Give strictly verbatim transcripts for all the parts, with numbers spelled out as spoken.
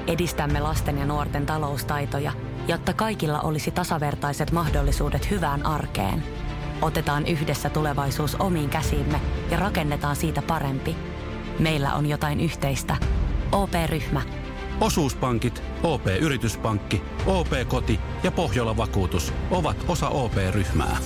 Edistämme lasten ja nuorten taloustaitoja, jotta kaikilla olisi tasavertaiset mahdollisuudet hyvään arkeen. Otetaan yhdessä tulevaisuus omiin käsiimme ja rakennetaan siitä parempi. Meillä on jotain yhteistä. O P-ryhmä. Osuuspankit, O P-yrityspankki, O P-koti ja Pohjola-vakuutus ovat osa O P-ryhmää.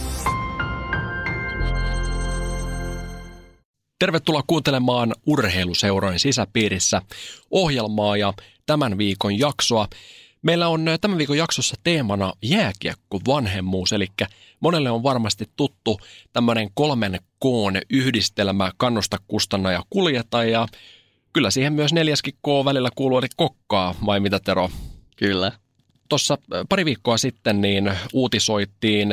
Tervetuloa kuuntelemaan Urheiluseurojen sisäpiirissä ohjelmaa ja tämän viikon jaksoa. Meillä on tämän viikon jaksossa teemana jääkiekko vanhemmuus, eli monelle on varmasti tuttu tämmöinen kolmen koon yhdistelmä kannusta, kustanna ja kuljeta, ja kyllä siihen myös neljäskin K välillä kuuluu, eli kokkaa, vai mitä Tero? Kyllä. Tuossa pari viikkoa sitten niin uutisoittiin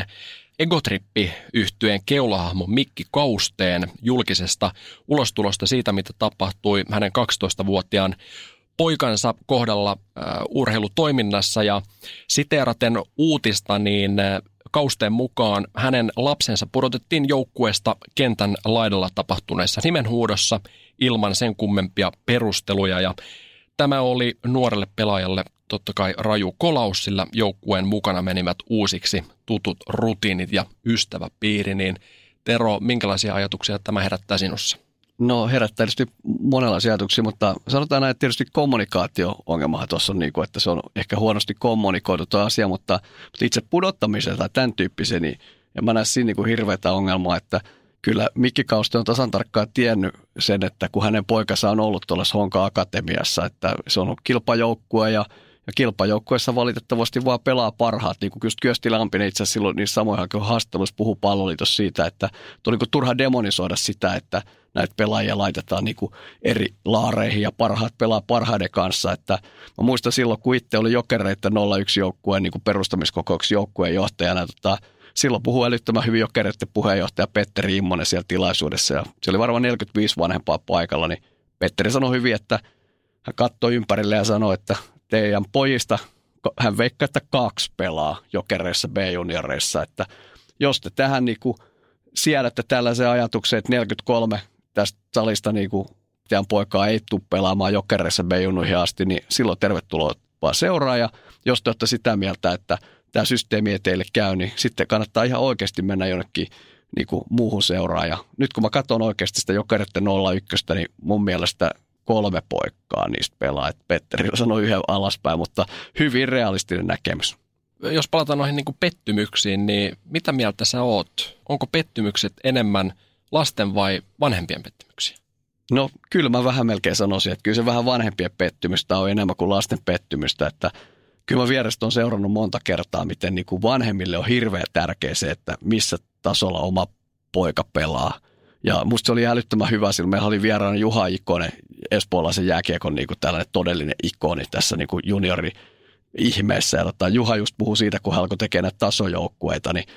Egotrippi-yhtyeen keulahahmo Mikki Kausteen julkisesta ulostulosta siitä, mitä tapahtui hänen kaksitoistavuotiaan poikansa kohdalla äh, urheilutoiminnassa, ja siteeraten uutista, niin äh, Kausteen mukaan hänen lapsensa pudotettiin joukkueesta kentän laidalla tapahtuneessa nimenhuudossa ilman sen kummempia perusteluja, ja tämä oli nuorelle pelaajalle totta kai raju kolaus, sillä joukkueen mukana menivät uusiksi tutut rutiinit ja ystäväpiiri, niin Tero, minkälaisia ajatuksia tämä herättää sinussa? No herättää tietysti monenlaisia ajatuksia, mutta sanotaan näin, että tietysti kommunikaatio-ongelmahan tuossa on, niin kuin, että se on ehkä huonosti kommunikoitu tuo asia, mutta, mutta itse pudottamisella tai tämän tyyppisen, niin en mä näe siinä niin kuin hirveätä ongelmaa, että kyllä Mikki Kauste on tasan tarkkaan tiennyt sen, että kun hänen poikansa on ollut tuollaisessa Honka Akatemiassa, että se on ollut kilpajoukkue ja Ja kilpajoukkueessa valitettavasti vaan pelaa parhaat, niin kuin just Kyösti Lampinen itse asiassa silloin niissä samoin haastatteluissa puhui Palloliitossa siitä, että tuo niin kuin turha demonisoida sitä, että näitä pelaajia laitetaan niin kuin eri laareihin ja parhaat pelaa parhaiden kanssa. Että mä muistan silloin, kun itse oli Jokereiden nolla yksi joukkueen niin kuin perustamiskokouksen joukkueen johtajana, tota, silloin puhui älyttömän hyvin Jokereiden puheenjohtaja Petteri Immonen siellä tilaisuudessa, ja se oli varmaan neljäkymmentäviisi vanhempaa paikalla, niin Petteri sanoi hyvin, että hän katsoi ympärille ja sanoi, että teidän pojista, hän veikkaa, että kaksi pelaa Jokereissa B-junioreissa, että jos te tähän niin kuin siedätte tällaisen ajatuksen, että neljäkymmentäkolme tästä salista niin kuin teidän poikaa ei tule pelaamaan Jokereissa B-junioihin asti, niin silloin tervetuloa vaan seuraa, ja jos te olette sitä mieltä, että tämä systeemi ei teille käy, niin sitten kannattaa ihan oikeasti mennä jonnekin niin kuin muuhun seuraan, ja nyt kun mä katson oikeasti sitä Jokereiden nolla yksi, niin mun mielestä kolme poikkaa niistä pelaa. Et Petteri sanoi yhden alaspäin, mutta hyvin realistinen näkemys. Jos palataan noihin niin kuin pettymyksiin, niin mitä mieltä sä oot? Onko pettymykset enemmän lasten vai vanhempien pettymyksiä? No kyllä mä vähän melkein sanoisin, että kyllä se vähän vanhempien pettymystä on enemmän kuin lasten pettymystä. Että kyllä mä vierestä on seurannut monta kertaa, miten niin kuin vanhemmille on hirveän tärkeä se, että missä tasolla oma poika pelaa. Ja musta se oli älyttömän hyvä, sillä meillä oli vieraana Juha Ikonen, espoolaisen jääkiekon niin kuin tällainen todellinen ikoni tässä niin kuin juniori-ihmeessä. Ja tota, Juha just puhui siitä, kun hän alkoi tekemään näitä tasojoukkueita, niin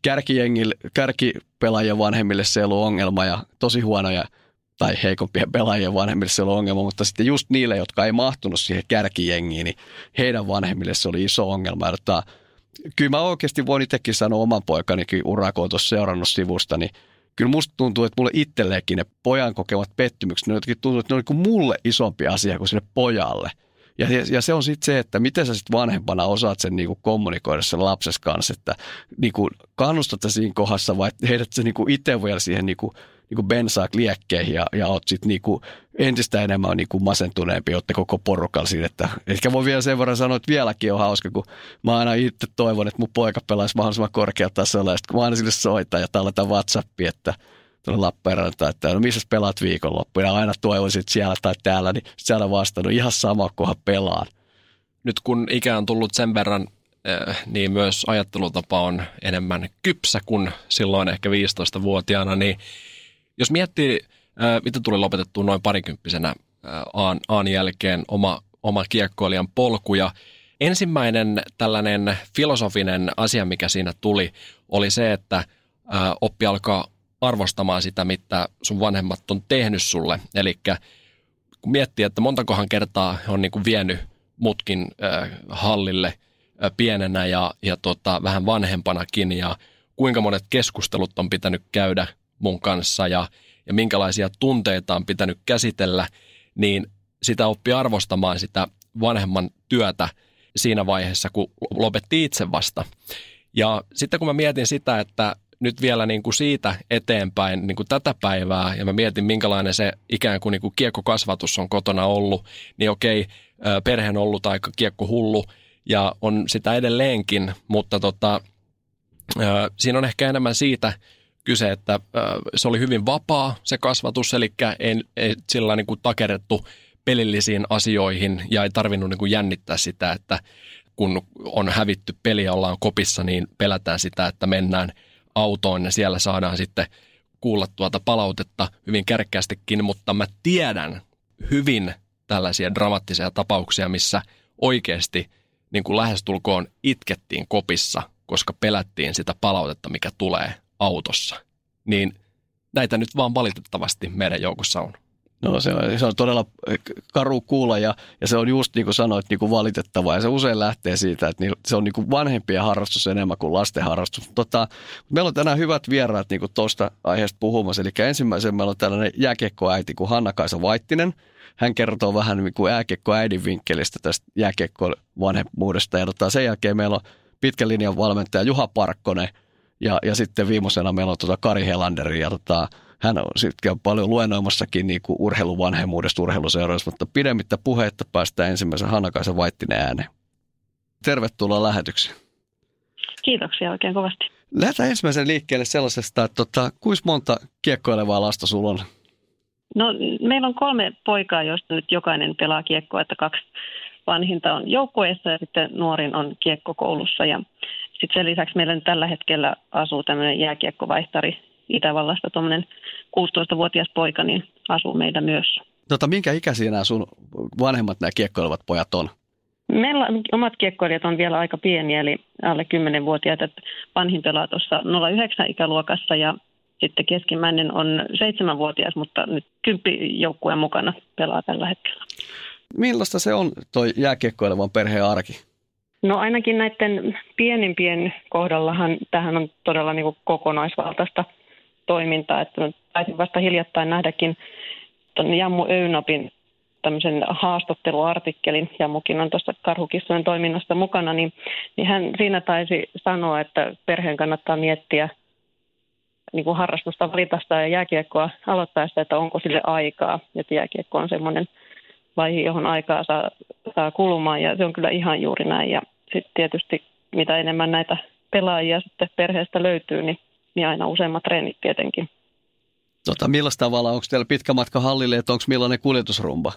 kärkipelaajien vanhemmille se ei ollut ongelma, ja tosi huonoja tai heikompien pelaajien vanhemmille se ei ollut ongelma, mutta sitten just niille, jotka ei mahtunut siihen kärkijengiin, niin heidän vanhemmille se oli iso ongelma. Ja tota, kyllä mä oikeasti voin itsekin sanoa oman poikanikin uraa, kun olen tuossa seurannut sivusta, niin kyllä musta tuntuu, että mulle itselleenkin ne pojan kokemat pettymykset, ne jotenkin tuntuu, että ne on niin kuin mulle isompi asia kuin sille pojalle. Ja, ja se on sitten se, että miten sä sitten vanhempana osaat sen niin kuin kommunikoida sen lapses kanssa, että niin kuin kannustat sä siinä kohdassa vai heidät sä niin kuin itse vielä siihen niin kuin, niin kuin bensaa liekkeihin ja, ja oot sitten niin kuin entistä enemmän niin kuin masentuneempi, ootte koko porukalla siinä. Että, ehkä voi vielä sen verran sanoa, että vieläkin on hauska, kun mä aina itse toivon, että mun poika pelaisi mahdollisimman korkealla tasolla, ja sitten kun mä aina sille soitan ja talletan WhatsAppia, että tuonne Lappeenrantaan, että no missä pelaat viikonloppuun, ja aina toivoisin, että siellä tai täällä, niin sitten aina vastannut ihan sama, kunhan pelaan. Nyt kun ikä on tullut sen verran, niin myös ajattelutapa on enemmän kypsä kuin silloin ehkä viisitoistavuotiaana, niin jos miettii, mitä tuli lopetettua noin parikymppisenä Aan, Aan jälkeen oma, oma kiekkoilijan polku, ja ensimmäinen tällainen filosofinen asia, mikä siinä tuli, oli se, että oppi alkaa arvostamaan sitä, mitä sun vanhemmat on tehnyt sulle. Eli kun miettii, että montakohan kertaa on niin kuin vienyt mutkin hallille pienenä ja, ja tota, vähän vanhempanakin, ja kuinka monet keskustelut on pitänyt käydä mun kanssa ja, ja minkälaisia tunteita on pitänyt käsitellä, niin sitä oppii arvostamaan sitä vanhemman työtä siinä vaiheessa, kun lopetti itse vasta. Ja sitten kun mä mietin sitä, että nyt vielä niin kuin siitä eteenpäin niin kuin tätä päivää, ja mä mietin, minkälainen se ikään kuin, niin kuin kiekkokasvatus on kotona ollut, niin okei, perhe on ollut aika kiekkohullu, ja on sitä edelleenkin, mutta tota, siinä on ehkä enemmän siitä kyse, että se oli hyvin vapaa se kasvatus, eli ei, ei sillä niin kuin takerrettu pelillisiin asioihin, ja ei tarvinnut niin kuin jännittää sitä, että kun on hävitty peli ja ollaan kopissa, niin pelätään sitä, että mennään autoon ja siellä saadaan sitten kuulla tuota palautetta hyvin kärkkäästikin, mutta mä tiedän hyvin tällaisia dramaattisia tapauksia, missä oikeasti niin kuin lähestulkoon itkettiin kopissa, koska pelättiin sitä palautetta, mikä tulee autossa. Niin näitä nyt vaan valitettavasti meidän joukossa on. No se on, se on todella karu kuulla ja, ja se on just niin kuin sanoit niin kuin valitettavaa ja se usein lähtee siitä, että se on niin kuin vanhempien harrastus enemmän kuin lasten harrastus. Tota, meillä on tänään hyvät vieraat niin kuin tuosta aiheesta puhumassa, eli ensimmäisen meillä on tällainen jääkiekkoäiti kuin Hanna-Kaisa Vaittinen. Hän kertoo vähän niin kuin jääkiekkoäidin vinkkelistä tästä jääkiekkoon vanhemmuudesta ja tota, sen jälkeen meillä on pitkän linjan valmentaja Juha Parkkonen ja, ja sitten viimeisena meillä on tota Kari Helanderi ja tota, hän on sitten paljon luennoimassakin niin kuin urheiluvanhemmuudesta urheiluseuroissa, mutta pidemmittä puheitta päästään ensimmäisen Hanna-Kaisa Vaittinen ääneen. Tervetuloa lähetykseen. Kiitoksia oikein kovasti. Lähdetään ensimmäisen liikkeelle sellaisesta, että tota, kuinka monta kiekkoilevaa lasta sulla on? No meillä on kolme poikaa, joista nyt jokainen pelaa kiekkoa, että kaksi vanhinta on joukkueessa ja sitten nuorin on kiekkokoulussa. Ja sitten sen lisäksi meillä nyt tällä hetkellä asuu tämmöinen jääkiekkovaihtari Itävallasta, tuommoinen kuusitoistavuotias poika, niin asuu meillä myös. Tota, minkä ikäisiä nämä sun vanhemmat nämä kiekkoilevat pojat on? Meillä omat kiekkoilijat on vielä aika pieniä, eli alle kymmenvuotiaat. Vanhin pelaa tuossa nolla yhdeksän ikäluokassa ja sitten keskimmäinen on seitsemänvuotias, mutta nyt kymppijoukkueen mukana pelaa tällä hetkellä. Millaista se on toi jääkiekkoilevan perheen arki? No ainakin näiden pienimpien kohdallahan tähän on todella niin kuin kokonaisvaltaista toimintaa. Että taisin vasta hiljattain nähdäkin tuon Jammu Öynapin tämmöisen haastatteluartikkelin, Jammukin on tuossa karhukissojen toiminnasta mukana, niin, niin hän siinä taisi sanoa, että perheen kannattaa miettiä niin kuin harrastusta valitaista ja jääkiekkoa aloittaessa, että onko sille aikaa. Että jääkiekko on semmoinen vaihe, johon aikaa saa, saa kulumaan ja se on kyllä ihan juuri näin. Ja sitten tietysti mitä enemmän näitä pelaajia sitten perheestä löytyy, niin, niin aina useammat treenit tietenkin. Tota, millaista tavalla, onko teillä pitkä matka hallille, että onko millainen kuljetusrumba?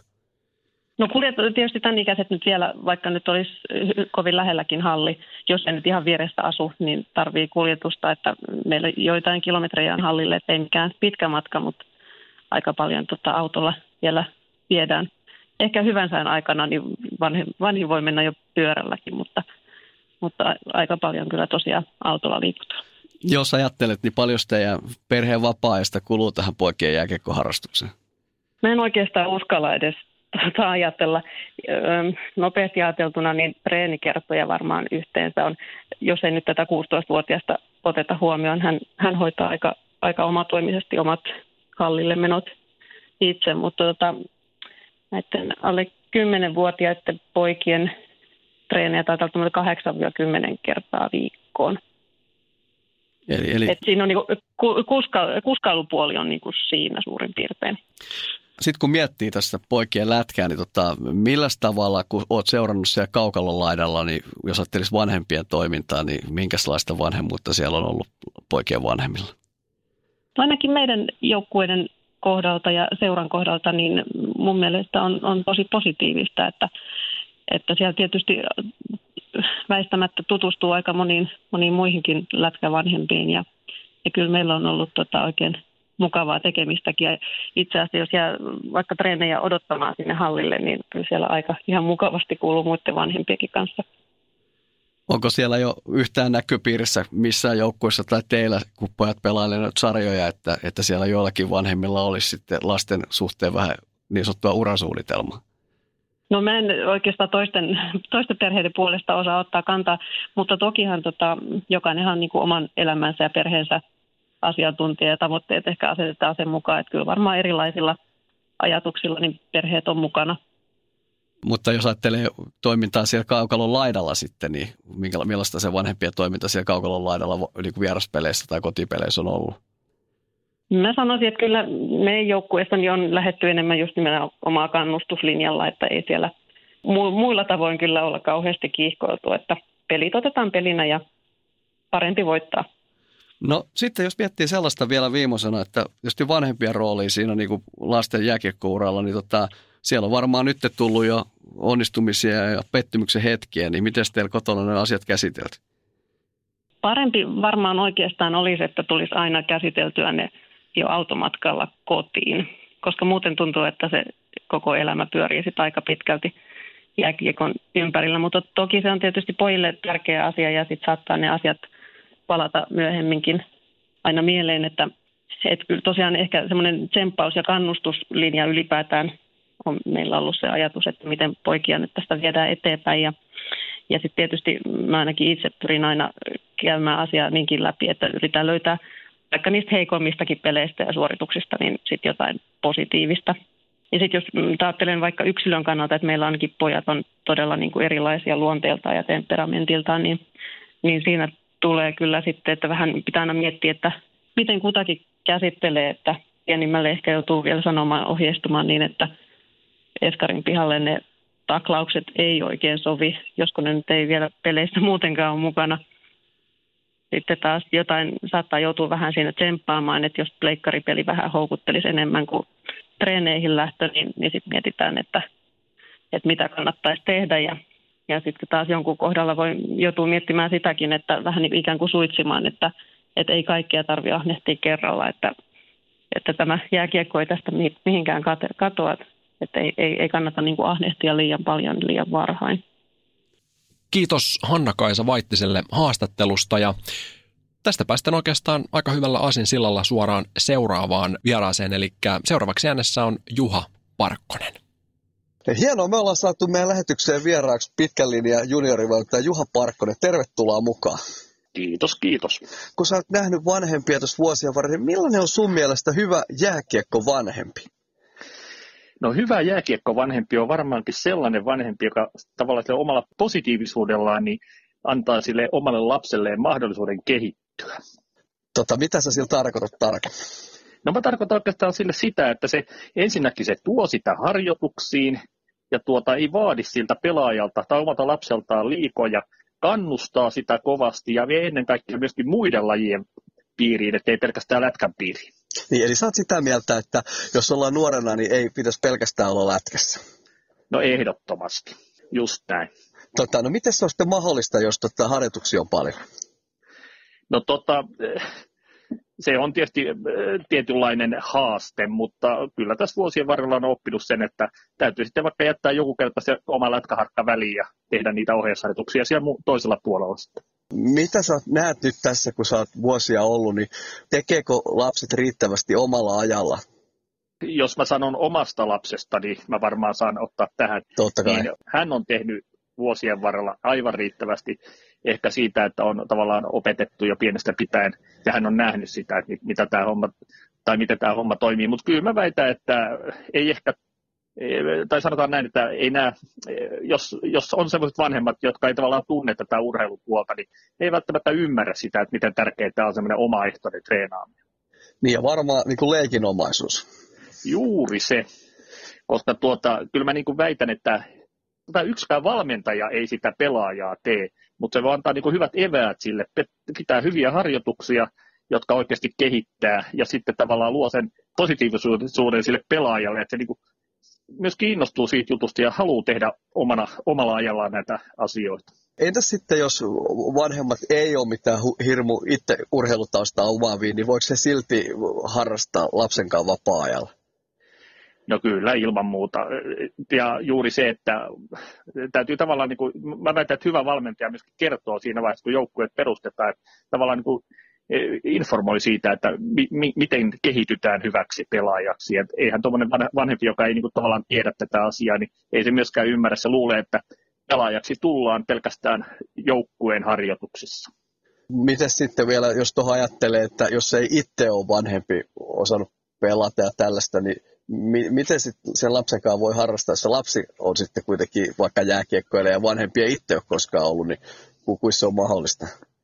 No kuljetus, tietysti tämän ikäiset nyt vielä, vaikka nyt olisi kovin lähelläkin halli, jos ei nyt ihan vieressä asu, niin tarvii kuljetusta, että meillä joitain kilometrejä on hallille, että ei mikään pitkä matka, mutta aika paljon tota autolla vielä viedään. Ehkä hyvän sään aikana niin vanhin, vanhin voi mennä jo pyörälläkin, mutta, mutta aika paljon kyllä tosiaan autolla liikutaan. Jos ajattelet, niin paljon teidän perheen vapaa-ajasta kuluu tähän poikien jääkiekkoharrastukseen? Mä en oikeastaan uskalla edes tuota ajatella. Nopeasti ajateltuna, niin treenikertoja varmaan yhteensä on, jos ei nyt tätä kuusitoistavuotiaasta oteta huomioon. Hän, hän hoitaa aika, aika omatoimisesti omat hallille menot itse, mutta tota, näiden alle kymmenvuotiaiden poikien treenejä taitaa olla kahdeksan kymmenen kertaa viikkoon. Eli, eli... Et siinä on niinku, kuska, kuskailupuoli on niinku siinä suurin piirtein. Sitten kun miettii tässä poikien lätkää, niin tota, millä tavalla, kun olet seurannut siellä kaukalon laidalla, niin jos ajattelisi vanhempien toimintaa, niin minkälaista vanhemmuutta siellä on ollut poikien vanhemmilla? No ainakin meidän joukkueiden kohdalta ja seuran kohdalta, niin mun mielestä on, on tosi positiivista, että, että siellä tietysti väistämättä tutustuu aika moniin, moniin muihinkin lätkävanhempiin ja, ja kyllä meillä on ollut tota oikein mukavaa tekemistäkin ja itse asiassa jos jää vaikka treenejä odottamaan sinne hallille, niin kyllä siellä aika ihan mukavasti kuuluu muiden vanhempienkin kanssa. Onko siellä jo yhtään näköpiirissä missään joukkueessa tai teillä, kun pojat pelailevat sarjoja, että, että siellä joillakin vanhemmilla olisi sitten lasten suhteen vähän niin sanottua urasuunnitelmaa? No mä en oikeastaan toisten, toisten perheiden puolesta osaa ottaa kantaa, mutta tokihan tota, jokainenhan niin kuin oman elämänsä ja perheensä asiantuntija ja tavoitteet ehkä asetetaan sen mukaan, että kyllä varmaan erilaisilla ajatuksilla niin perheet on mukana. Mutta jos ajattelee toimintaa siellä kaukalon laidalla sitten, niin millaista se vanhempien toiminta siellä kaukalon laidalla niin kuin vieraspeleissä tai kotipeleissä on ollut? Mä sanoisin, että kyllä meidän joukkueessa niin on lähdetty enemmän just nimenomaan kannustuslinjalla, että ei siellä mu- muilla tavoin kyllä olla kauheasti kiihkoiltu, että pelit otetaan pelinä ja parempi voittaa. No sitten jos miettii sellaista vielä viimeisenä, että just vanhempien roolia siinä niin kuin lasten jääkiekkouralla, niin tota, siellä on varmaan nyt tullut jo onnistumisia ja pettymyksen hetkiä, niin miten teillä kotona ne asiat käsitelty? Parempi varmaan oikeastaan olisi, että tulisi aina käsiteltyä ne jo automatkalla kotiin, koska muuten tuntuu, että se koko elämä pyörii sitten aika pitkälti jääkiekon ympärillä, mutta toki se on tietysti pojille tärkeä asia ja sitten saattaa ne asiat palata myöhemminkin aina mieleen, että, että kyllä tosiaan ehkä semmoinen tsemppaus- ja kannustuslinja ylipäätään on meillä ollut se ajatus, että miten poikia nyt tästä viedään eteenpäin ja, ja sitten tietysti mä ainakin itse pyrin aina käymään asiaa niinkin läpi, että yritän löytää vaikka niistä heikommistakin peleistä ja suorituksista, niin sitten jotain positiivista. Ja sitten jos ajattelen vaikka yksilön kannalta, että meillä ainakin pojat on todella niin kuin erilaisia luonteeltaan ja temperamentiltaan, niin, niin siinä tulee kyllä sitten, että vähän pitää aina miettiä, että miten kutakin käsittelee, että pienimmälle ehkä joutuu vielä sanomaan ohjeistumaan niin, että eskarin pihalle ne taklaukset ei oikein sovi, josko ne nyt ei vielä peleissä muutenkaan ole mukana. Sitten taas jotain saattaa joutua vähän siinä tsemppaamaan, että jos pleikkaripeli vähän houkuttelisi enemmän kuin treeneihin lähtö, niin, niin sitten mietitään, että, että mitä kannattaisi tehdä. Ja, ja sitten taas jonkun kohdalla voi joutua miettimään sitäkin, että vähän niin ikään kuin suitsimaan, että, että ei kaikkea tarvitse ahnehtia kerralla, että, että tämä jääkiekko ei tästä mihinkään katoa, että ei, ei, ei kannata niin kuin ahnehtia liian paljon liian varhain. Kiitos Hanna-Kaisa Vaittiselle haastattelusta ja tästä päästään oikeastaan aika hyvällä aasinsillalla suoraan seuraavaan vieraaseen, eli seuraavaksi äänessä on Juha Parkkonen. Hienoa, me ollaan saatu meidän lähetykseen vieraaksi pitkän linjan juniorivalmentaja Juha Parkkonen. Tervetuloa mukaan. Kiitos, kiitos. Kun sä oot nähnyt vanhempia tuossa vuosien varrella, niin millainen on sun mielestä hyvä jääkiekko vanhempi? No hyvä jääkiekko vanhempi on varmaankin sellainen vanhempi, joka tavallaan sille omalla positiivisuudellaan niin antaa sille omalle lapselleen mahdollisuuden kehittyä. Tota, mitä sä sillä tarkoitat tarkemmin? No mä tarkoitan oikeastaan sille sitä, että se ensinnäkin se tuo sitä harjoituksiin ja tuota, ei vaadi siltä pelaajalta tai omalta lapseltaan liikoja, kannustaa sitä kovasti ja vie ennen kaikkea myöskin muiden lajien piiriin, ettei pelkästään lätkän piiriin. Niin, eli sä oot sitä mieltä, että jos ollaan nuorena, niin ei pitäisi pelkästään olla lätkässä? No ehdottomasti, just näin. Tota, no miten se on sitten mahdollista, jos tota harjoituksia on paljon? No tota, se on tietysti tietynlainen haaste, mutta kyllä tässä vuosien varrella on oppinut sen, että täytyy sitten vaikka jättää joku kerta se oma lätkäharkka väliin ja tehdä niitä ohjeisharjoituksia siellä toisella puolella sitten. Mitä sä näet nyt tässä, kun sä oot vuosia ollut, niin tekeekö lapset riittävästi omalla ajalla? Jos mä sanon omasta lapsesta, niin mä varmaan saan ottaa tähän. Totta kai. Niin hän on tehnyt vuosien varrella aivan riittävästi ehkä siitä, että on tavallaan opetettu jo pienestä pitäen, ja hän on nähnyt sitä, että mitä tämä homma, tai miten tämä homma toimii. Mutta kyllä mä väitän, että ei ehkä, tai sanotaan näin, että ei nämä, jos, jos on sellaiset vanhemmat, jotka ei tavallaan tunne tätä urheilupuolta, niin ei välttämättä ymmärrä sitä, että miten tärkeää tämä on semmoinen omaehtoinen treenaaminen. Niin ja varmaan niin kuin leikinomaisuus. Juuri se, koska tuota, kyllä mä niin kuin väitän, että tota yksikään valmentaja ei sitä pelaajaa tee, mutta se voi antaa niin kuin hyvät eväät sille, pitää hyviä harjoituksia, jotka oikeasti kehittää ja sitten tavallaan luo sen positiivisuuden sille pelaajalle, että se niin kuin myös kiinnostuu siitä jutusta ja haluaa tehdä omana, omalla ajallaan näitä asioita. Entäs sitten, jos vanhemmat ei ole mitään hirmu itse urheilutaustaa omaavia, niin voiko se silti harrastaa lapsen kanssa vapaa-ajalla? No kyllä, ilman muuta. Ja juuri se, että täytyy tavallaan, niin kuin, mä väitän, että hyvä valmentaja myöskin kertoo siinä vaiheessa, kun joukkueet perustetaan, että tavallaan niin kuin informoi siitä, että mi- miten kehitytään hyväksi pelaajaksi. Et eihän tuommoinen vanhempi, joka ei niin kuin, tavallaan tiedä tätä asiaa, niin ei se myöskään ymmärrä. Se luulee, että pelaajaksi tullaan pelkästään joukkueen harjoituksissa. Miten sitten vielä, jos tuohon ajattelee, että jos ei itse ole vanhempi osannut pelata ja tällaista, niin mi- miten sitten sen lapsen kanssa voi harrastaa, jos se lapsi on sitten kuitenkin vaikka jääkiekkoilija ja vanhempia itse ole koskaan ollut, niin kuinka se on mahdollista?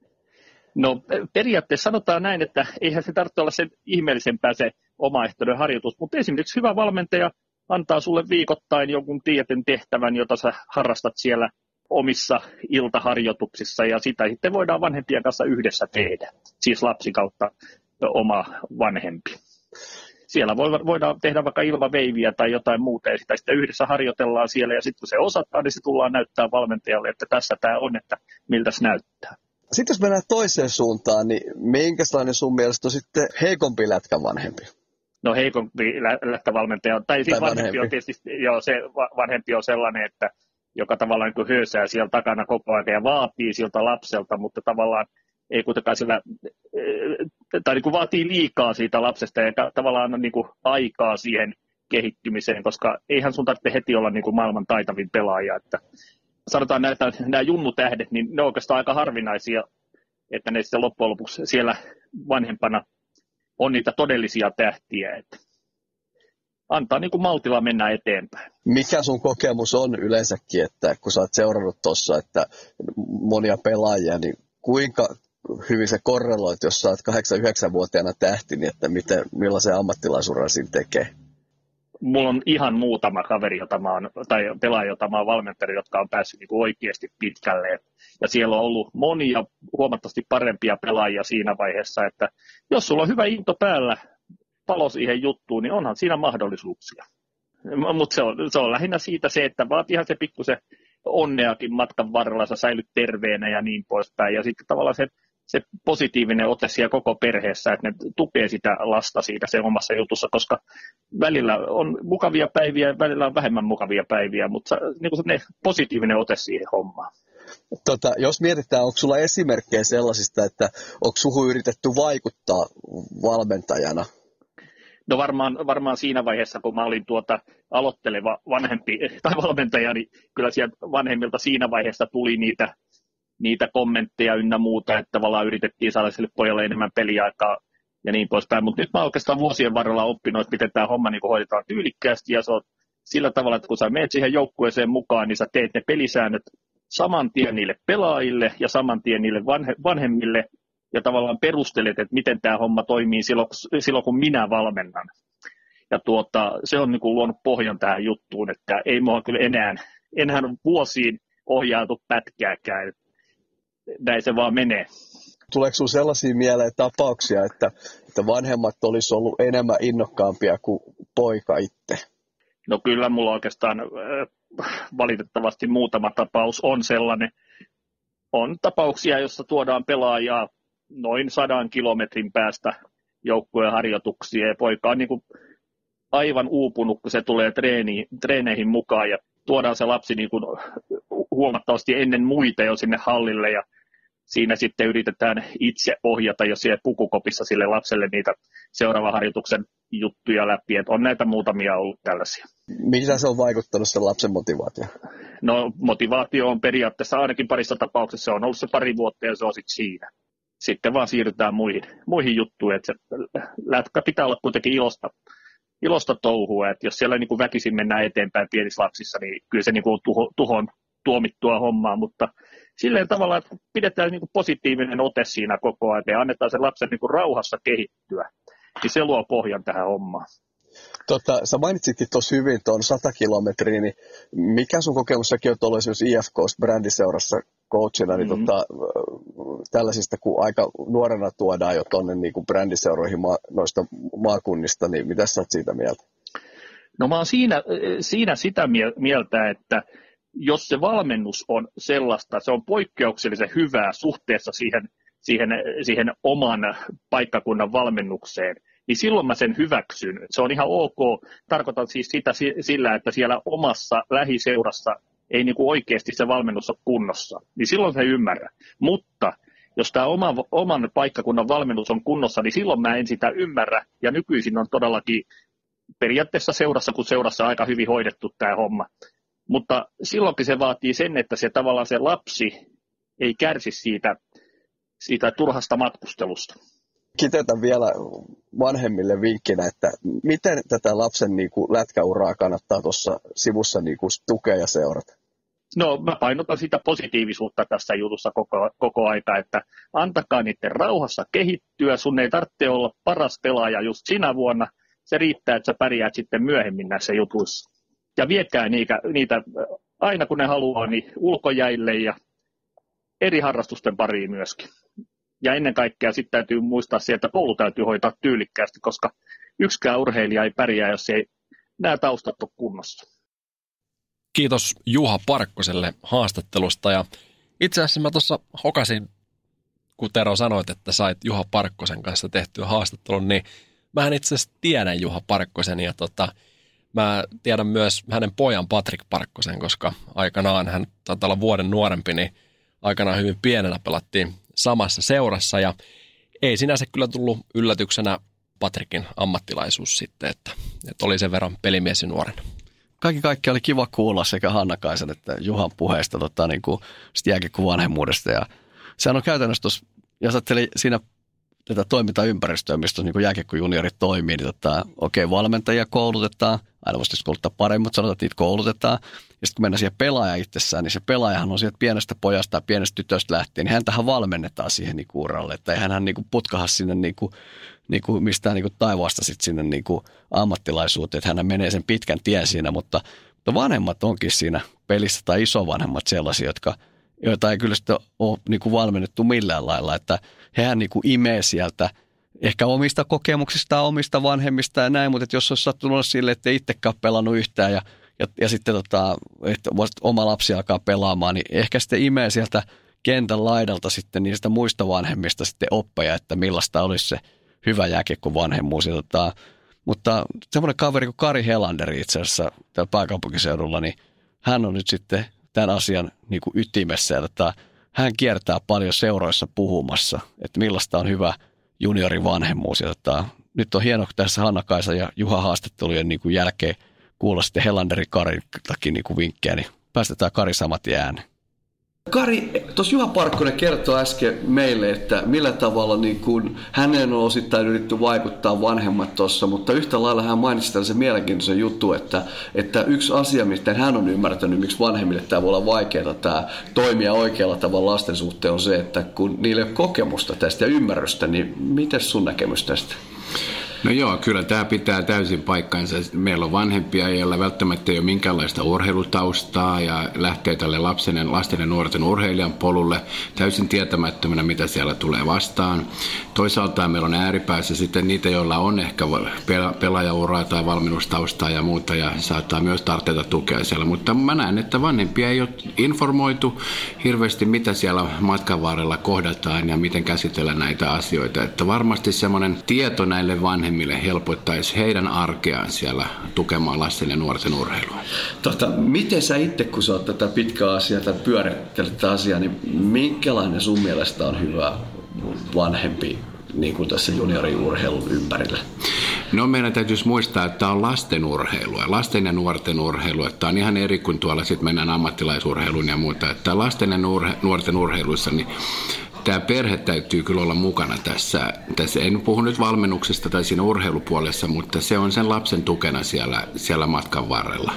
No periaatteessa sanotaan näin, että eihän se tarvitse olla sen ihmeellisempää se omaehtoinen harjoitus, mutta esimerkiksi hyvä valmentaja antaa sulle viikoittain jonkun tietyn tehtävän, jota sä harrastat siellä omissa iltaharjoituksissa, ja sitä sitten voidaan vanhempien kanssa yhdessä tehdä, siis lapsi kautta oma vanhempi. Siellä voidaan tehdä vaikka ilmaveiviä tai jotain muuta, ja sitä sitten yhdessä harjoitellaan siellä, ja sitten kun se osataan, niin se tullaan näyttää valmentajalle, että tässä tämä on, että miltä se näyttää. Sitten jos mennään toiseen suuntaan, niin minkälainen sun mielestä on sitten heikompi lätkän vanhempi? No heikompi lä- lätkävalmentaja, tai siis vanhempi. vanhempi on tietysti, joo, se vanhempi on sellainen, että joka tavallaan niin höysää siellä takana koko ajan ja vaatii siltä lapselta, mutta tavallaan ei kuitenkaan sillä, tai niin kuin vaatii liikaa siitä lapsesta ja tavallaan on niin kuin aikaa siihen kehittymiseen, koska eihän sun tarvitse heti olla niin kuin maailman taitavin pelaaja. Että sanotaan näitä, nämä junnutähdet, niin ne on oikeastaan aika harvinaisia, että ne sitten loppujen lopuksi siellä vanhempana on niitä todellisia tähtiä, että antaa niin kuin maltilla mennä eteenpäin. Mikä sun kokemus on yleensäkin, että kun sä oot seurannut tuossa, että monia pelaajia, niin kuinka hyvin se korreloit, jos sä oot kahdeksan-yhdeksänvuotiaana tähti, niin että miten, millaisen ammattilaisuuden siinä tekee? Mulla on ihan muutama kaveri, jota mä oon, tai pelaaja, jota mä oon valmentanut, jotka on päässyt niin kuin oikeasti pitkälle. Ja siellä on ollut monia huomattavasti parempia pelaajia siinä vaiheessa, että jos sulla on hyvä into päällä, palo siihen juttuun, niin onhan siinä mahdollisuuksia. Mutta se on, se on lähinnä siitä se, että vaatiihan se pikkusen onneakin matkan varrella, sä säilyt terveenä ja niin poispäin. Ja sitten tavallaan se, se positiivinen ote siellä koko perheessä, että ne tukee sitä lasta siitä sen omassa jutussa, koska välillä on mukavia päiviä ja välillä on vähemmän mukavia päiviä, mutta niin kuin se positiivinen ote siihen hommaan. Tota, jos mietitään, onko sulla esimerkkejä sellaisista, että onko suhun yritetty vaikuttaa valmentajana? No varmaan, varmaan siinä vaiheessa, kun mä olin tuota aloitteleva vanhempi tai valmentaja, niin kyllä sieltä vanhemmilta siinä vaiheessa tuli niitä, niitä kommentteja ynnä muuta, että tavallaan yritettiin saada sille pojalle enemmän peliaikaa ja niin poispäin. Mutta nyt mä oikeastaan vuosien varrella oppinut, että miten tämä homma niin hoidetaan tyylikkäästi ja se on sillä tavalla, että kun sä menet siihen joukkueeseen mukaan, niin sä teet ne pelisäännöt saman tien niille pelaajille ja saman tien niille vanhe, vanhemmille, ja tavallaan perustelet, että miten tämä homma toimii silloin, silloin kun minä valmennan. Ja tuota, se on niin kuin luonut pohjan tähän juttuun, että ei mua kyllä enää, enää vuosiin ohjautu pätkääkään. Näin se vaan menee. Tuleeko sinulla sellaisia mieleen tapauksia, että, että vanhemmat olisi ollut enemmän innokkaampia kuin poika itse? No kyllä mulla oikeastaan äh, valitettavasti muutama tapaus on sellainen. On tapauksia, joissa tuodaan pelaajaa noin sadan kilometrin päästä joukkueen harjoituksia, ja poika on niin kuin aivan uupunut, kun se tulee treeniin, treeneihin mukaan, ja tuodaan se lapsi niin kuin huomattavasti ennen muita jo sinne hallille, ja siinä sitten yritetään itse ohjata jo siellä pukukopissa sille lapselle niitä seuraavan harjoituksen juttuja läpi, että on näitä muutamia ollut tällaisia. Mitä se on vaikuttanut sen lapsen motivaatioon? No motivaatio on periaatteessa ainakin parissa tapauksessa, se on ollut se pari vuotta ja se on sitten siinä. Sitten vaan siirrytään muihin, muihin juttuihin, että se lätkä pitää olla kuitenkin ilosta, ilosta touhua, että jos siellä niin kuin väkisin mennään eteenpäin pienissä lapsissa, niin kyllä se niin kuin tuho, tuhon tuomittua hommaa, mutta silleen tavalla, että pidetään niin kuin positiivinen ote siinä koko ajan ja annetaan sen lapsen niin kuin rauhassa kehittyä, niin se luo pohjan tähän hommaan. Tota, sä mainitsitkin tuossa hyvin tuon sata kilometriä, niin mikä sun kokemussakin on ollut esimerkiksi I F K-brändiseurassa coachina, niin mm-hmm. tota, tällaisista, kun aika nuorena tuodaan jo tuonne niin kuin brändiseuroihin maa, noista maakunnista, niin mitä sä oot siitä mieltä? No mä oon siinä, siinä sitä mieltä, että jos se valmennus on sellaista, se on poikkeuksellisen hyvää suhteessa siihen, siihen, siihen oman paikkakunnan valmennukseen, niin silloin mä sen hyväksyn. Se on ihan ok. Tarkoitan siis sitä sillä, että siellä omassa lähiseurassa ei niin kuin oikeasti se valmennus ole kunnossa. Niin silloin se ymmärrä. Mutta jos tämä oma, oman paikkakunnan valmennus on kunnossa, niin silloin mä en sitä ymmärrä. Ja nykyisin on todellakin periaatteessa seurassa, kun seurassa on aika hyvin hoidettu tämä homma. Mutta silloinkin se vaatii sen, että se tavallaan se lapsi ei kärsi siitä, siitä turhasta matkustelusta. Kiteytän vielä vanhemmille vinkkinä, että miten tätä lapsen niin kuin lätkäuraa kannattaa tuossa sivussa niin kuin tukea ja seurata? No mä painotan sitä positiivisuutta tässä jutussa koko, koko aika, että antakaa niiden rauhassa kehittyä, sun ei tarvitse olla paras pelaaja just sinä vuonna, se riittää, että sä pärjäät sitten myöhemmin näissä jutuissa. Ja viekää niitä, niitä aina kun ne haluaa, niin ulkojäille ja eri harrastusten pariin myöskin. Ja ennen kaikkea sitten täytyy muistaa se, että koulu täytyy hoitaa tyylikkäästi, koska yksikään urheilija ei pärjää, jos ei nämä taustat ole kunnossa. Kiitos Juha Parkkoselle haastattelusta. Ja itse asiassa mä tuossa hokasin, kun Tero sanoit, että sait Juha Parkkosen kanssa tehtyä haastattelun, niin mähän itse asiassa tiedän Juha Parkkosen ja tota, mä tiedän myös hänen pojan Patrik Parkkosen, koska aikanaan hän taitaa olla vuoden nuorempi, niin aikanaan hyvin pienenä pelattiin samassa seurassa ja ei sinänsä kyllä tullut yllätyksenä Patrikin ammattilaisuus sitten, että, että oli sen verran pelimies ja nuorena. Kaikki kaikki oli kiva kuulla sekä Hannakaisen että Juhan puheesta tota, niin kuin jääkiekon vanhemmuudesta. Ja sehän on käytännössä tuossa, jos ajattelin siinä tätä toimintaympäristöä, mistä niin jääkiekko-juniorit toimii, niin tota, okei, okay, valmentajia koulutetaan, aina voisi kouluttaa paremmin, mutta sanotaan, että niitä koulutetaan. Ja sitten kun mennään siihen pelaaja itsessään, niin se pelaajahan on sieltä pienestä pojasta ja pienestä tytöstä lähtien, niin häntähän valmennetaan siihen niin uralle, että eihän hän niin putkaha sinne niin kuin, niin kuin mistään niin kuin taivaasta sitten sinne niin kuin ammattilaisuuteen, että hän menee sen pitkän tien siinä, mutta, mutta vanhemmat onkin siinä pelissä tai isovanhemmat sellaisia, jotka, joita ei kyllä sitten ole niin kuin valmennettu millään lailla, että hehän niin kuin imee sieltä ehkä omista kokemuksistaan, omista vanhemmista ja näin, mutta jos olisi sattunut olla sille, että ei itsekään pelannut yhtään ja, ja, ja sitten tota, että oma lapsi alkaa pelaamaan, niin ehkä sitten imee sieltä kentän laidalta sitten niistä muista vanhemmista sitten oppeja, että millaista olisi se hyvä jääkiekko vanhemmuus. Ja tota, mutta semmoinen kaveri kuin Kari Helanderi itse asiassa täällä pääkaupunkiseudulla, niin hän on nyt sitten tämän asian niin kuin ytimessä. Ja tota, hän kiertää paljon seuroissa puhumassa, että millaista on hyvä juniorivanhemmuus. Ja tota, nyt on hienoa tässä Hannakaisa ja Juha haastattelujen niin kuin jälkeen kuulla sitten Helanderi Kariltakin niin kuin vinkkejä, niin päästetään Kari samat ääneen. Kari, tuossa Juha Parkkonen kertoi äsken meille, että millä tavalla niin kuin hänen on osittain yritetty vaikuttaa vanhemmat tuossa, mutta yhtä lailla hän mainitsi tällaisen mielenkiintoisen juttu, että, että yksi asia, mistä hän on ymmärtänyt, miksi vanhemmille tämä voi olla vaikeaa tämä toimia oikealla tavalla lasten suhteen, on se, että kun niillä ei ole kokemusta tästä ja ymmärrystä, niin miten sun näkemys tästä? No joo, kyllä tämä pitää täysin paikkansa. Meillä on vanhempia, joilla välttämättä ei ole minkäänlaista urheilutaustaa ja lähtee tälle lapsen, lasten ja nuorten urheilijan polulle täysin tietämättömänä, mitä siellä tulee vastaan. Toisaalta meillä on ääripäässä sitten niitä, joilla on ehkä pelaajauraa tai valmennustaustaa ja muuta ja saattaa myös tarvita tukea siellä. Mutta mä näen, että vanhempia ei ole informoitu hirveästi, mitä siellä matkan varrella kohdataan ja miten käsitellä näitä asioita. Että varmasti semmoinen tieto näille vanhemmille helpottaisi heidän arkeaan siellä tukemaan lasten ja nuorten urheilua. Tota, miten sä itse, kun sä oot tätä pitkää asiaa tai pyörittelet tätä asiaa, niin minkälainen sun mielestä on hyvä vanhempi niin kuin tässä junioriurheilun ympärillä? No meidän täytyisi muistaa, että tämä on lasten urheilua, lasten ja nuorten urheilua. Tämä on ihan eri kuin tuolla sitten mennään ammattilaisurheiluun ja muuta. Että lasten ja nuorten urheiluissa niin tämä perhe täytyy kyllä olla mukana tässä. tässä. En puhu nyt valmennuksesta tai siinä urheilupuolessa, mutta se on sen lapsen tukena siellä, siellä matkan varrella.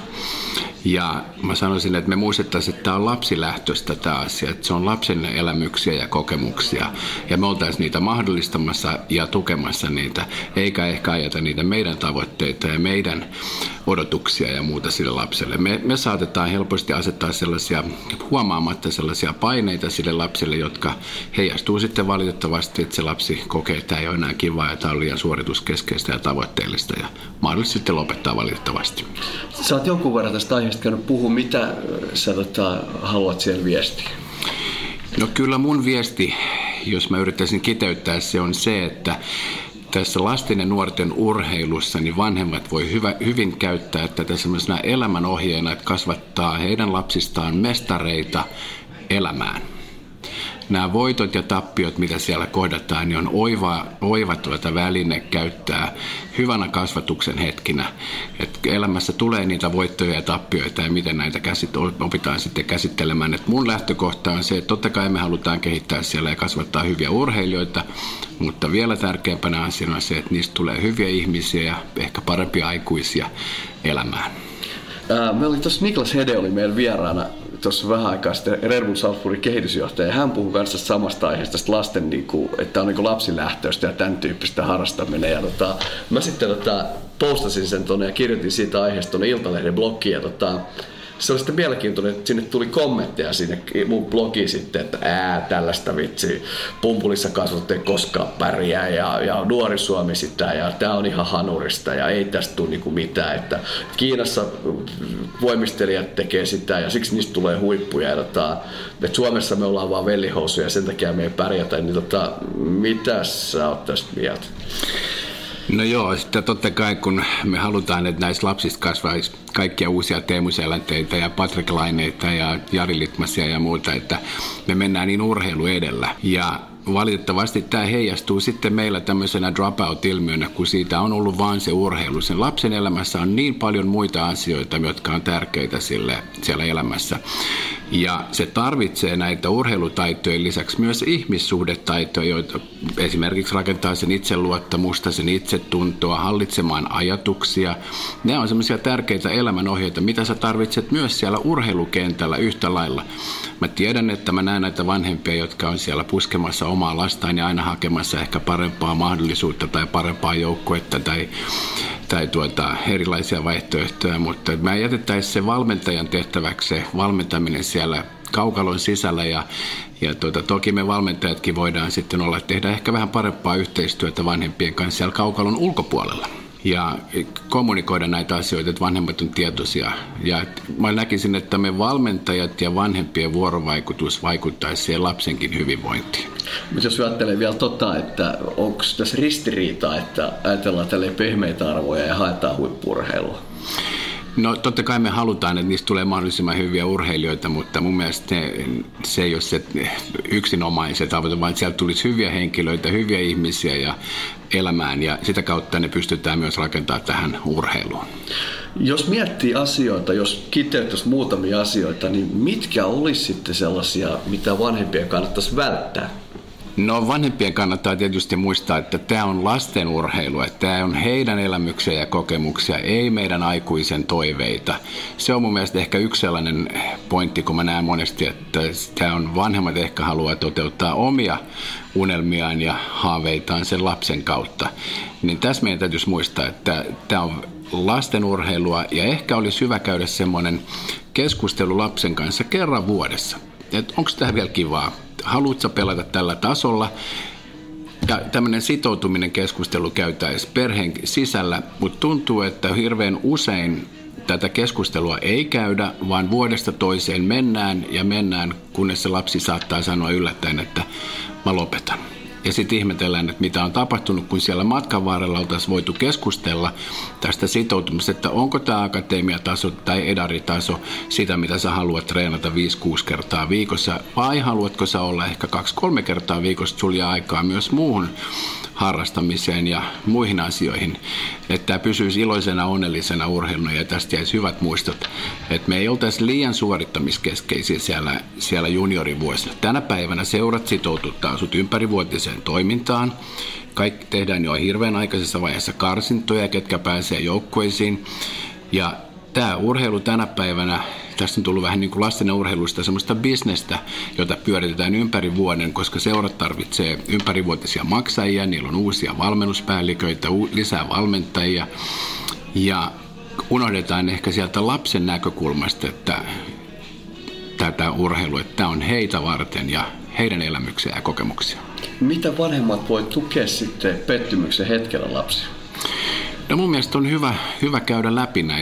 Ja mä sanoisin, että me muistettaisiin, että tämä on lapsilähtöistä tämä asia, että se on lapsen elämyksiä ja kokemuksia. Ja me oltaisiin niitä mahdollistamassa ja tukemassa niitä, eikä ehkä ajata niitä meidän tavoitteita ja meidän odotuksia ja muuta sille lapselle. Me, me saatetaan helposti asettaa sellaisia, huomaamatta sellaisia paineita sille lapselle, jotka heijastuu sitten valitettavasti, että se lapsi kokee, että tämä ei ole enää kivaa ja tämä on liian suorituskeskeistä ja tavoitteellista ja mahdollisesti sitten lopettaa valitettavasti. Sä oot jonkun verran tästä aiheesta käynyt puhua, mitä sä tota, haluat siellä viestiä? No kyllä mun viesti, jos mä yrittäisin kiteyttää, se on se, että tässä lasten ja nuorten urheilussa niin vanhemmat voi hyvä, hyvin käyttää tätä sellaisena elämänohjeena, että kasvattaa heidän lapsistaan mestareita elämään. nämä voitot ja tappiot, mitä siellä kohdataan, niin on oiva, oiva tuota väline käyttää hyvänä kasvatuksen hetkinä. Et elämässä tulee niitä voittoja ja tappioita ja miten näitä käsit, opitaan sitten käsittelemään. Et mun lähtökohta on se, että totta kai me halutaan kehittää siellä ja kasvattaa hyviä urheilijoita, mutta vielä tärkeämpänä asiana on se, että niistä tulee hyviä ihmisiä ja ehkä parempia aikuisia elämään. Meillä oli tuossa Niklas Hede oli meidän vieraana tuossa vähän aikaa sitten Red Bull Salzburgin kehitysjohtaja, ja hän puhui kanssa samasta aiheesta, tästä lasten, niin kuin, että on niin kuin lapsilähtöistä ja tämän tyyppistä harrastaminen. Ja tota, mä sitten tota, postasin sen tuonne ja kirjoitin siitä aiheesta tuonne Iltalehden blogiin. Ja tota, se oli sitten mielenkiintoinen, että sinne tuli kommentteja sinne mun blogiin sitten, että ää, tällaista vitsi, pumpulissa kasvut ei koskaan pärjää ja, ja nuori Suomi sitä ja tää on ihan hanurista ja ei tästä tule niinku mitään, että Kiinassa voimistelijat tekee sitä ja siksi niistä tulee huippuja ja tota, että Suomessa me ollaan vaan vellihousuja ja sen takia me ei pärjätä, niin tota, mitä sä oot tästä mieltä? No joo, sitten totta kai kun me halutaan, että näistä lapsista kasvaisi kaikkia uusia Teemu Selänteitä ja Patrik Laineita ja Jari Litmasia ja muuta, että me mennään niin urheilu edellä. Ja valitettavasti tämä heijastuu sitten meillä tämmöisenä dropout-ilmiönä, kun siitä on ollut vaan se urheilu. Sen lapsen elämässä on niin paljon muita asioita, jotka on tärkeitä sille siellä elämässä. Ja se tarvitsee näitä urheilutaitojen lisäksi myös ihmissuhdetaitoja, joita esimerkiksi rakentaa sen itseluottamusta, sen itsetuntoa, hallitsemaan ajatuksia. Ne on semmoisia tärkeitä elämänohjeita, mitä sä tarvitset myös siellä urheilukentällä yhtä lailla. Mä tiedän, että mä näen näitä vanhempia, jotka on siellä puskemassa omaa lastaan ja aina hakemassa ehkä parempaa mahdollisuutta tai parempaa joukkuetta tai, tai tuota, erilaisia vaihtoehtoja, mutta mä jätettäisiin se valmentajan tehtäväksi se valmentaminen siellä kaukalon sisällä ja, ja tuota, toki me valmentajatkin voidaan sitten olla tehdä ehkä vähän parempaa yhteistyötä vanhempien kanssa siellä kaukalon ulkopuolella. Ja kommunikoida näitä asioita, että vanhemmat on tietoisia. Ja mä näkisin, että me valmentajat ja vanhempien vuorovaikutus vaikuttaisi siihen lapsenkin hyvinvointiin. Mutta jos ajattelee vielä tota, että onko tässä ristiriitaa, että ajatellaan tälleen pehmeitä arvoja ja haetaan huippu-urheilua? No totta kai me halutaan, että niistä tulee mahdollisimman hyviä urheilijoita, mutta mun mielestä ne, se ei ole se yksinomainen se tavoite, vaan sieltä tulisi hyviä henkilöitä, hyviä ihmisiä ja elämään ja sitä kautta ne pystytään myös rakentamaan tähän urheiluun. Jos miettii asioita, jos kiteyttäisi muutamia asioita, niin mitkä olisi sitten sellaisia, mitä vanhempien kannattaisi välttää? No vanhempien kannattaa tietysti muistaa, että tämä on lasten urheilu, että tämä on heidän elämyksiä ja kokemuksia, ei meidän aikuisen toiveita. Se on mun mielestä ehkä yksi sellainen pointti, kun mä näen monesti, että tämä on vanhemmat ehkä haluaa toteuttaa omia unelmiaan ja haaveitaan sen lapsen kautta. Niin tässä meidän täytyisi muistaa, että tämä on lasten urheilua ja ehkä olisi hyvä käydä semmoinen keskustelu lapsen kanssa kerran vuodessa. Että onko tämä vielä kivaa? Haluatko pelata tällä tasolla? Ja tämmöinen sitoutuminen keskustelu käytäisiin perheen sisällä, mutta tuntuu, että hirveän usein tätä keskustelua ei käydä, vaan vuodesta toiseen mennään ja mennään, kunnes se lapsi saattaa sanoa yllättäen, että mä lopetan. Ja sitten ihmetellään, että mitä on tapahtunut, kun siellä matkan varrella oltaisiin voitu keskustella tästä sitoutumisesta, että onko tämä akatemiataso tai edaritaso sitä, mitä sä haluat treenata viisi kuusi kertaa viikossa, vai haluatko sä olla ehkä kaksi kolme kertaa viikossa, sulla jää aikaa myös muuhun harrastamiseen ja muihin asioihin, että tämä pysyisi iloisena, onnellisena urheiluna ja tästä jäisi hyvät muistot, että me ei oltaisi liian suorittamiskeskeisiä siellä, siellä juniorivuosilla. Tänä päivänä seurat sitoututtaa sut ympärivuotiseen toimintaan. Kaikki tehdään jo hirveän aikaisessa vaiheessa karsintoja, ketkä pääsee joukkueisiin. Ja tämä urheilu tänä päivänä, tästä on tullut vähän niin kuin lasten urheilusta semmoista bisnestä, jota pyöritetään ympäri vuoden, koska seurat tarvitsee ympärivuotisia maksajia, niillä on uusia valmennuspäälliköitä, lisää valmentajia. Ja unohdetaan ehkä sieltä lapsen näkökulmasta, että tätä urheilua, että tämä on heitä varten ja heidän elämyksiä ja kokemuksia. Mitä vanhemmat voi tukea sitten pettymyksen hetkellä lapsia? No mun mielestä on hyvä, hyvä käydä läpi näitä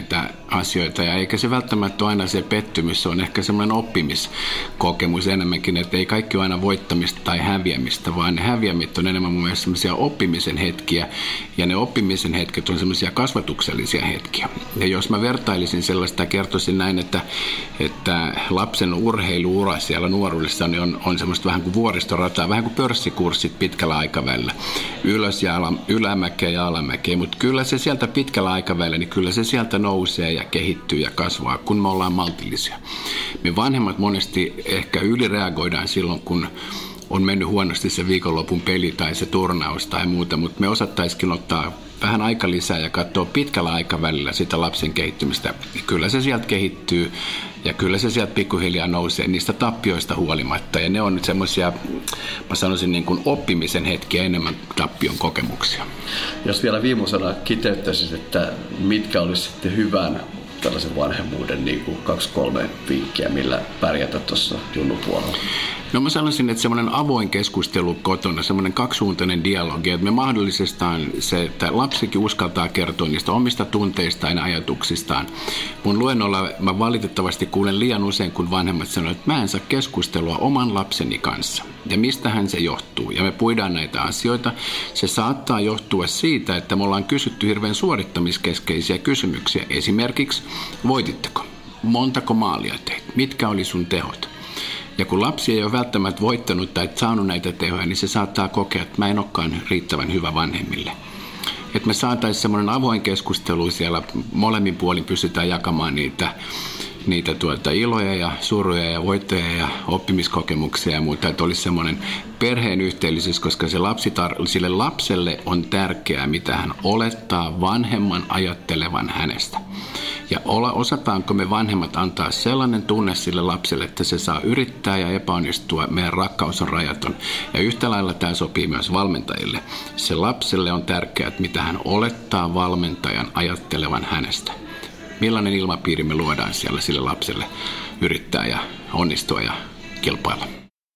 asioita ja eikä se välttämättä ole aina se pettymys, se on ehkä semmoinen oppimiskokemus enemmänkin, että ei kaikki ole aina voittamista tai häviämistä, vaan ne häviämit on enemmän mun mielestä semmoisia oppimisen hetkiä ja ne oppimisen hetket on semmoisia kasvatuksellisia hetkiä. Ja jos mä vertailisin sellaista ja kertoisin näin, että, että lapsen urheiluura siellä nuoruudessa niin on, on semmoista vähän kuin vuoristorataa, vähän kuin pörssikurssit pitkällä aikavälillä, ylös ja ala, ylämäkeä ja alamäkeä, mutta kyllä se sieltä pitkällä aikavälillä, niin kyllä se sieltä nousee ja kehittyy ja kasvaa, kun me ollaan maltillisia. Me vanhemmat monesti ehkä ylireagoidaan silloin, kun on mennyt huonosti se viikonlopun peli tai se turnaus tai muuta, mutta me osattaisikin ottaa vähän aika lisää ja katsoa pitkällä aikavälillä sitä lapsen kehittymistä. Kyllä se sieltä kehittyy ja kyllä se sieltä pikkuhiljaa nousee niistä tappioista huolimatta. Ja ne on nyt semmoisia, mä sanoisin niin kuin oppimisen hetkiä enemmän tappion kokemuksia. Jos vielä viimeisena kiteyttäisit, että mitkä olisi sitten hyvän tällaisen vanhemmuuden niin kuin kaksi kolme vinkkiä, millä pärjätä tuossa junnupuolella? No mä sanoisin, että semmoinen avoin keskustelu kotona, semmoinen kaksisuuntainen dialogi, että me mahdollisestaan se, että lapsikin uskaltaa kertoa niistä omista tunteistaan ja ajatuksistaan. Mun luennolla mä valitettavasti kuulen liian usein, kun vanhemmat sanoo, että mä en saa keskustelua oman lapseni kanssa. Ja mistähän se johtuu? Ja me puidaan näitä asioita. Se saattaa johtua siitä, että me ollaan kysytty hirveän suorittamiskeskeisiä kysymyksiä. Esimerkiksi, voititteko? Montako maalia teit? Mitkä oli sun tehot? Ja kun lapsi ei ole välttämättä voittanut tai saanut näitä tehoja, niin se saattaa kokea, että mä en olekaan riittävän hyvä vanhemmille. Että me saataisiin semmoinen avoin keskustelu siellä, molemmin puolin pystytään jakamaan niitä, niitä tuota, iloja ja suruja ja voittoja ja oppimiskokemuksia ja muuta. Että olisi semmoinen perheen yhteellisyys, koska se lapsi tar- sille lapselle on tärkeää, mitä hän olettaa vanhemman ajattelevan hänestä. Ja osataanko me vanhemmat antaa sellainen tunne sille lapselle, että se saa yrittää ja epäonnistua, meidän rakkaus on rajaton. Ja yhtä lailla tämä sopii myös valmentajille. Se lapselle on tärkeää, että mitä hän olettaa valmentajan ajattelevan hänestä. Millainen ilmapiiri me luodaan siellä sille lapselle yrittää ja onnistua ja kilpailla.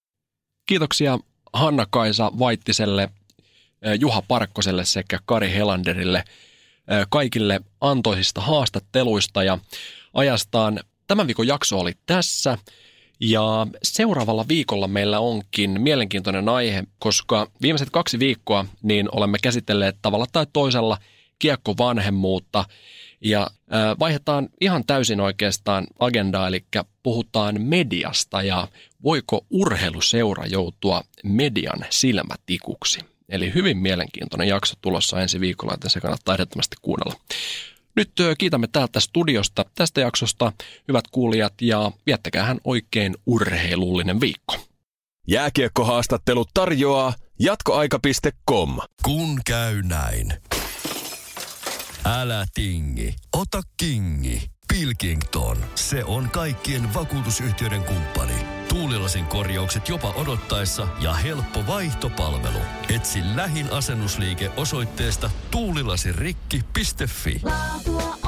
Kiitoksia Hanna-Kaisa Vaittiselle, Juha Parkkoselle sekä Kari Helanderille kaikille antoisista haastatteluista ja ajastaan. Tämän viikon jakso oli tässä ja seuraavalla viikolla meillä onkin mielenkiintoinen aihe, koska viimeiset kaksi viikkoa niin olemme käsitelleet tavalla tai toisella kiekkovanhemmuutta ja vaihdetaan ihan täysin oikeastaan agendaa, eli puhutaan mediasta ja voiko urheiluseura joutua median silmätikuksi. Eli hyvin mielenkiintoinen jakso tulossa ensi viikolla, että se kannattaa ehdottomasti kuunnella. Nyt kiitämme täältä studiosta tästä jaksosta, hyvät kuulijat, ja viettäkäähän oikein urheilullinen viikko. Jääkiekkohaastattelut tarjoaa jatkoaika piste com. Kun käy näin. Älä tingi, ota kingi. Pilkington, se on kaikkien vakuutusyhtiöiden kumppani. Tuulilasin korjaukset jopa odottaessa ja helppo vaihtopalvelu. Etsi lähin asennusliike osoitteesta tuulilasirikki piste fi. Laatua